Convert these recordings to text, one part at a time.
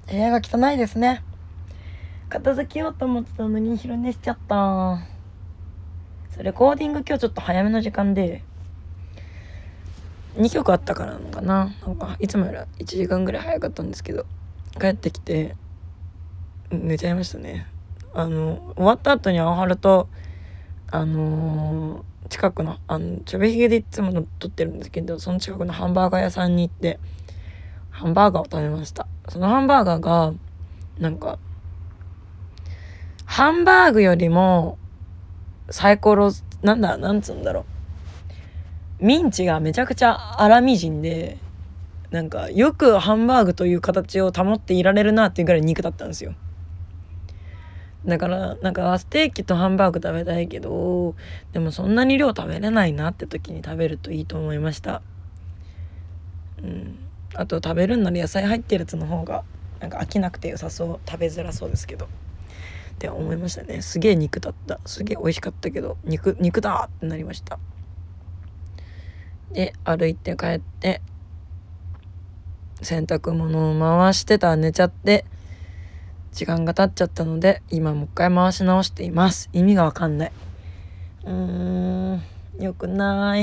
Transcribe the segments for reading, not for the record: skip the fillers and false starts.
部屋が汚いですね。片付けようと思ってたのに昼寝しちゃった。レコーディング今日ちょっと早めの時間で2曲あったからなのかな。なんかいつもより1時間ぐらい早かったんですけど、帰ってきて寝ちゃいましたね。終わった後に青春と近くのちょべひげでいつもの撮ってるんですけど、その近くのハンバーガー屋さんに行ってハンバーガーを食べました。そのハンバーガーがなんかハンバーグよりもサイコロなんつうんだろう、ミンチがめちゃくちゃ粗みじんで、なんかよくハンバーグという形を保っていられるなっていうぐらい肉だったんですよ。だからなんかステーキとハンバーグ食べたいけど、でもそんなに量食べれないなって時に食べるといいと思いました。あと食べるんなら野菜入ってるやつの方がなんか飽きなくて良さそう、食べづらそうですけどって思いましたね。すげえ肉だった。すげえ美味しかったけど肉だってなりました。で歩いて帰って洗濯物を回してたら寝ちゃって時間が経っちゃったので、今もう一回回し直しています。意味がわかんない。よくない。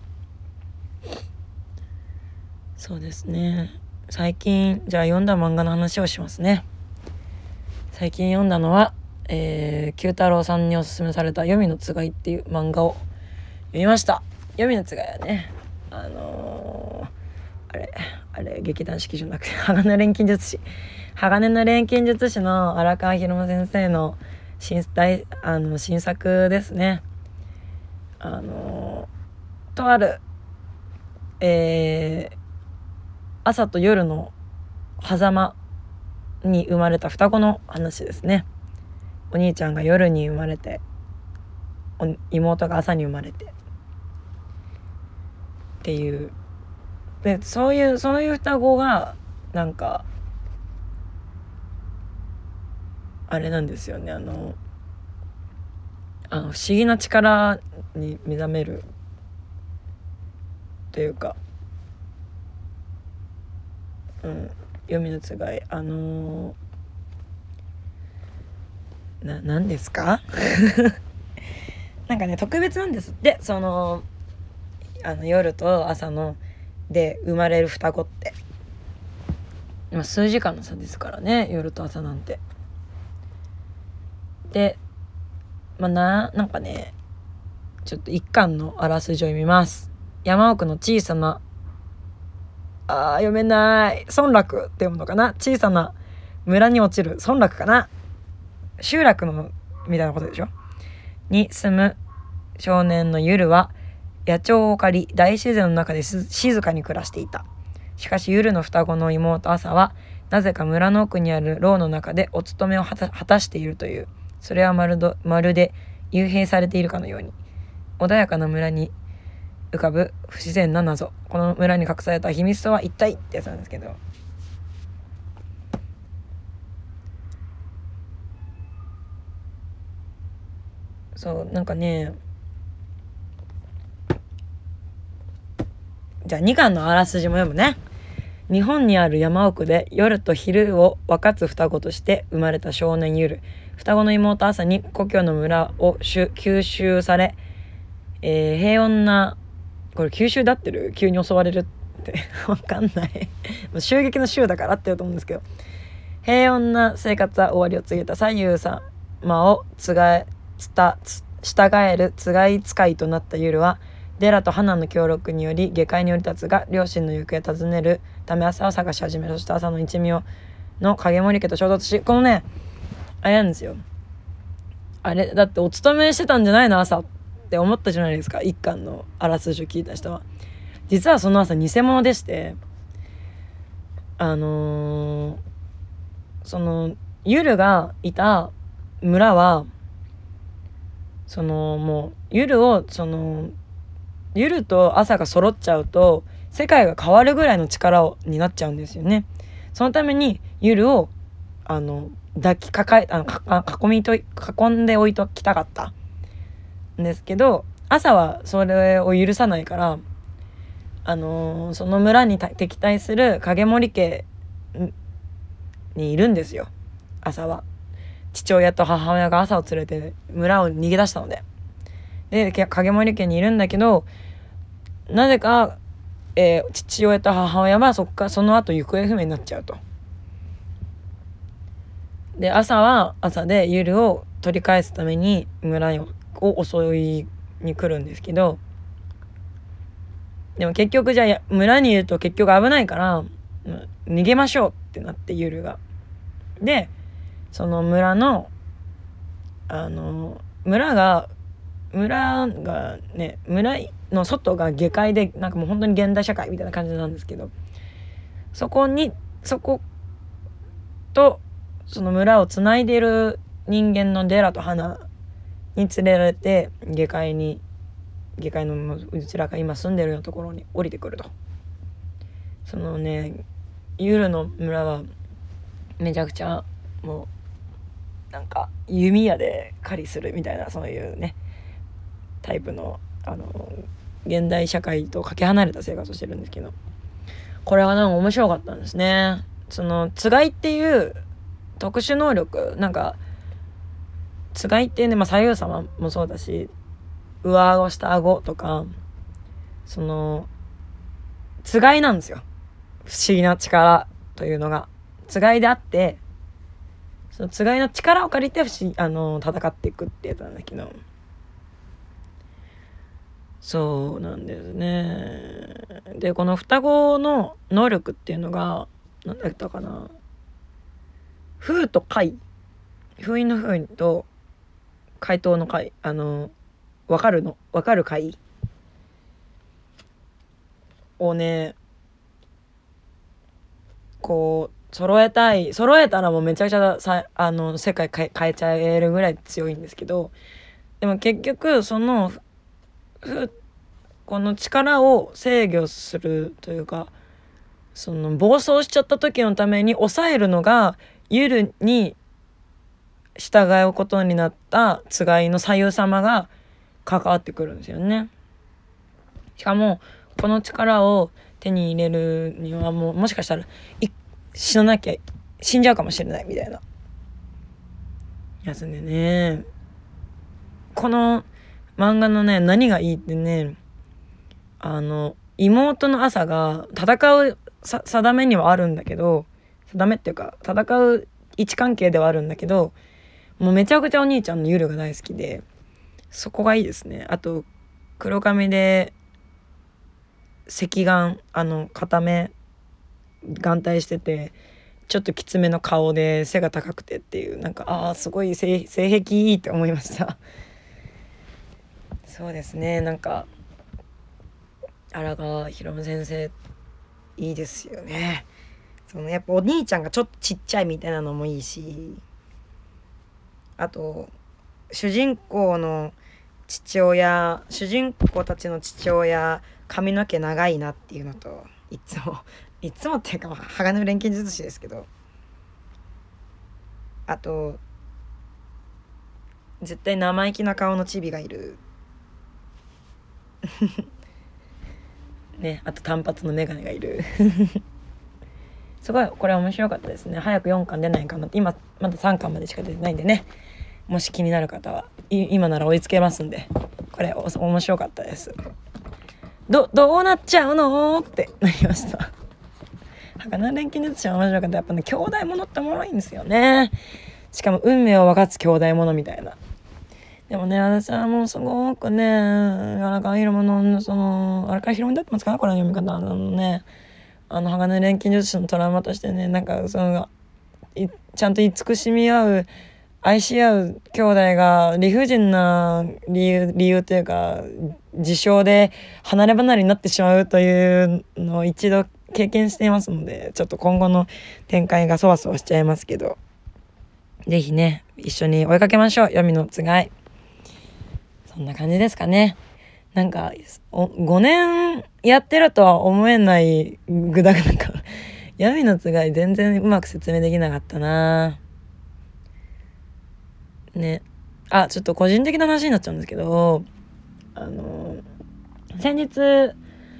そうですね。最近じゃあ読んだ漫画の話をしますね。最近読んだのは九太郎さんにおすすめされた黄泉のつがいっていう漫画を読みました。黄泉のつがいはね、あれ劇団四季じゃなくて鋼の錬金術師の荒川博夢先生の新作ですね。とある、朝と夜の狭間に生まれた双子の話ですね。お兄ちゃんが夜に生まれて妹が朝に生まれてっていうで、そういう双子がなんかあれなんですよね。不思議な力に目覚めるというか、黄泉のつがいなんですかなんかね特別なんですって。夜と朝ので生まれる双子って、数時間の差ですからね、夜と朝なんて。でなんかね、ちょっと一巻のあらすじを読みます。山奥の小さな読めない村落って読むのかな、小さな村に落ちる村落かな、集落のみたいなことでしょに住む少年のユルは野鳥を借り大自然の中で静かに暮らしていた。しかしユルの双子の妹アサはなぜか村の奥にある牢の中でお勤めを果たしているという。それはまるで幽閉されているかのように穏やかな村に浮かぶ不自然な謎。この村に隠された秘密とは一体ってやつなんですけど、そうなんかね、じゃあ2巻のあらすじも読むね。日本にある山奥で夜と昼を分かつ双子として生まれた少年ユル。双子の妹アサに故郷の村を吸収され、平穏な、これ九州だってる、急に襲われるってわかんない襲撃の州だからって言うと思うんですけど、平穏な生活は終わりを告げた左右様を従えるつがい使いとなったユルはデラとハナの協力により下界に降り立つが、両親の行方を尋ねるため朝を探し始める。そして朝の一味の影森家と衝突し、このねあれなんですよ、あれだってお勤めしてたんじゃないの朝って思ったじゃないですか、一巻のあらすじを聞いた人は。実はその朝偽物でして、そのユルがいた村はもうユルと朝が揃っちゃうと世界が変わるぐらいの力になっちゃうんですよね。そのためにユルを抱きかかえ囲んでおいときたかったんですけど、朝はそれを許さないから、その村に敵対する影森家にいるんですよ。朝は父親と母親が朝を連れて村を逃げ出したので、影森家にいるんだけど、なぜか、父親と母親はその後行方不明になっちゃうと。で朝は朝でユルを取り返すために村を襲いに来るんですけど、でも結局じゃあ村にいると結局危ないから逃げましょうってなって、ユルが。でその村の村がね、村の外が下界で、なんかもう本当に現代社会みたいな感じなんですけど、そことその村をつないでる人間のデラとハナに連れられて下界のうちらが今住んでるようなところに降りてくると。そのね、ユルの村はめちゃくちゃもうなんか弓矢で狩りするみたいな、そういうねタイプの現代社会とかけ離れた生活をしてるんですけど、これはなんか面白かったんですね。そのつがいっていう特殊能力、なんかつがいってね、左右様もそうだし、上顎下顎とか、そのつがいなんですよ。不思議な力というのがつがいであって、そのつがいの力を借りて戦っていくってやつなんだけど、そうなんですね。でこの双子の能力っていうのが何だったかな、風と海、封印の封と怪盗の怪、分かる怪をね、こう揃えたらもうめちゃくちゃ世界変えちゃえるぐらい強いんですけど、でも結局この力を制御するというか、その暴走しちゃった時のために抑えるのがユルに従うことになったつがいの左右様が関わってくるんですよね。しかもこの力を手に入れるにはもしかしたら死んじゃうかもしれないみたいなやつでね、この漫画のね何がいいってね、妹の朝が戦う定めにはあるんだけど、定めっていうか戦う位置関係ではあるんだけど、もうめちゃくちゃお兄ちゃんのユルが大好きで、そこがいいですね。あと黒髪で赤眼片目眼帯してて、ちょっときつめの顔で背が高くてっていう、なんかすごい性癖いいって思いましたそうですね、なんか荒川博夢先生いいですよね。やっぱお兄ちゃんがちょっとちっちゃいみたいなのもいいし、あと主人公たちの父親髪の毛長いなっていうのと、いつもっていうか鋼の錬金術師ですけど、あと絶対生意気な顔のチビがいるね、あと単発のメガネがいるすごいこれ面白かったですね。早く4巻出ないかなって、今まだ3巻までしか出てないんでね、もし気になる方は今なら追いつけますんで、これ面白かったです。どうなっちゃうのってなりました鋼錬金術師は面白かった。やっぱね、兄弟ものっておもろいんですよね。しかも運命を分かつ兄弟ものみたいな。でもね、私はもうすごくね、荒川博夢の荒川博夢だってますかな、これの読み方鋼錬金術師のトラウマとしてね、なんかちゃんと慈しみ合う愛し合う兄弟が理不尽な理由というか事象で離れ離れになってしまうというのを一度経験していますので、ちょっと今後の展開がそわそわしちゃいますけど、ぜひね一緒に追いかけましょう、黄泉のつがい。そんな感じですかね。なんか5年やってるとは思えないグダグダか黄泉のつがい全然うまく説明できなかったなね。ちょっと個人的な話になっちゃうんですけど、先日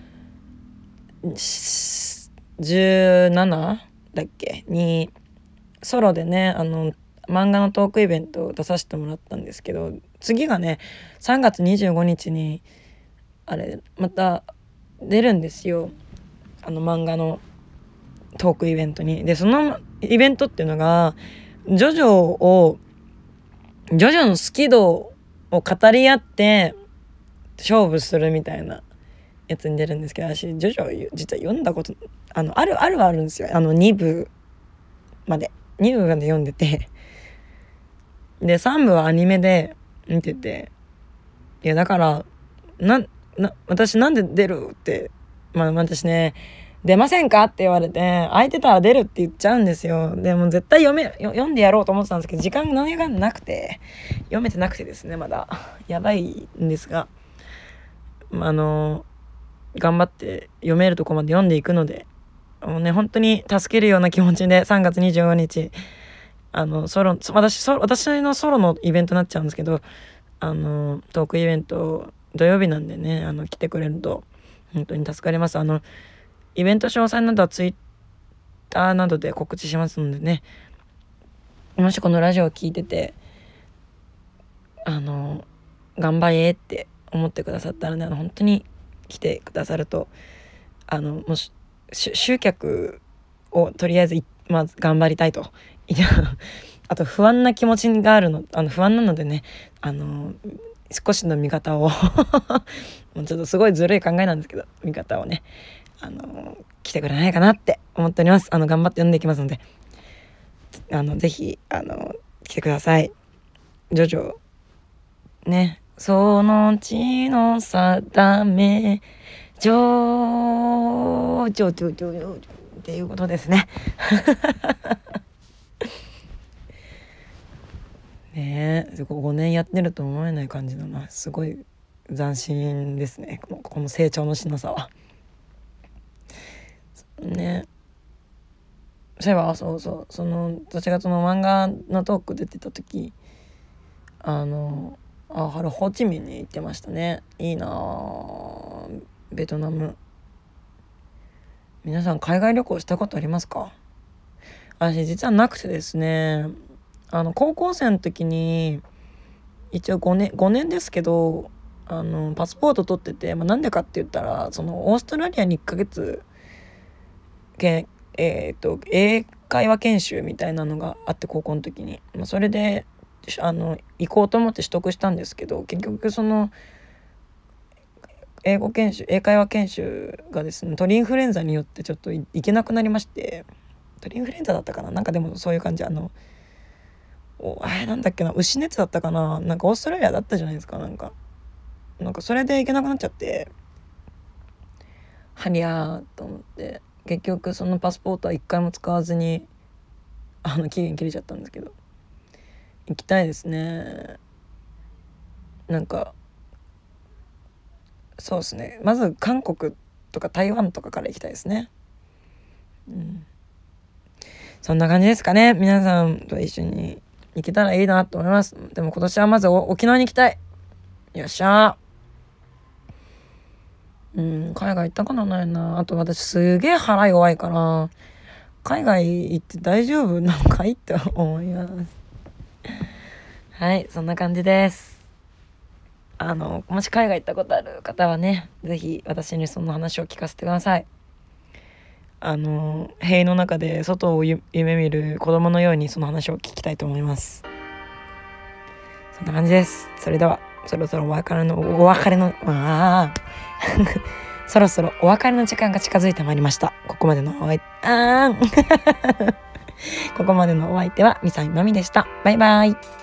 17だっけにソロでね漫画のトークイベントを出させてもらったんですけど、次がね3月25日にあれまた出るんですよ、漫画のトークイベントに。でそのイベントっていうのがジョジョの好き度を語り合って勝負するみたいなやつに出るんですけど、私ジョジョ実は読んだことあるはあるんですよ。2部まで読んでて、で3部はアニメで見てて、いやだから私なんで出るって、私ね出ませんかって言われて、空いてたら出るって言っちゃうんですよ。でも絶対読んでやろうと思ってたんですけど、時間がなくて読めてなくてですね、まだやばいんですが、頑張って読めるとこまで読んでいくので、もうね本当に助けるような気持ちで3月25日私のソロのイベントになっちゃうんですけど、トークイベント土曜日なんでね、来てくれると本当に助かります。イベント詳細などはツイッターなどで告知しますのでね、もしこのラジオを聞いてて頑張れって思ってくださったらね、本当に来てくださるともし集客をとりあえずまず頑張りたいとあと不安な気持ちがある不安なのでね、少しの味方をもうちょっとすごいずるい考えなんですけど、味方をね来てくれないかなって思っております。頑張って読んでいきますので、ぜひ来てください。ジョジョね、その地の定めジョっていうことですね。ねえ、5年やってると思えない感じだな。すごい斬新ですね、この成長のしなさはね。そういえばその私がその漫画のトーク出てた時ホーチミンに行ってましたね。いいなベトナム。皆さん海外旅行したことありますか？私実はなくてですね、高校生の時に一応5年ですけどパスポート取ってて、なんでかって言ったらそのオーストラリアに1ヶ月英会話研修みたいなのがあって、高校の時に、それで行こうと思って取得したんですけど、結局その英会話研修がですね、鳥インフルエンザによってちょっと行けなくなりまして、鳥インフルエンザだったかな、なんかでもそういう感じ、なんだっけな、牛熱だったかな、なんかオーストラリアだったじゃないですか、なんかそれで行けなくなっちゃって、はりゃーと思って、結局そのパスポートは一回も使わずに期限切れちゃったんですけど、行きたいですね。なんかそうですね、まず韓国とか台湾とかから行きたいですね。そんな感じですかね。皆さんと一緒に行けたらいいなと思います。でも今年はまず沖縄に行きたい。よっしゃー。海外行ったことないな。あと私すげえ腹弱いから海外行って大丈夫なのかいって思います。はい、そんな感じです。もし海外行ったことある方はね、ぜひ私にその話を聞かせてください。塀の中で外を夢見る子供のようにその話を聞きたいと思います。そんな感じです。それではそろそろお別れのそろそろお別れの時間が近づいてまいりました。ここまでのお相手はみさみまみでした。バイバイ。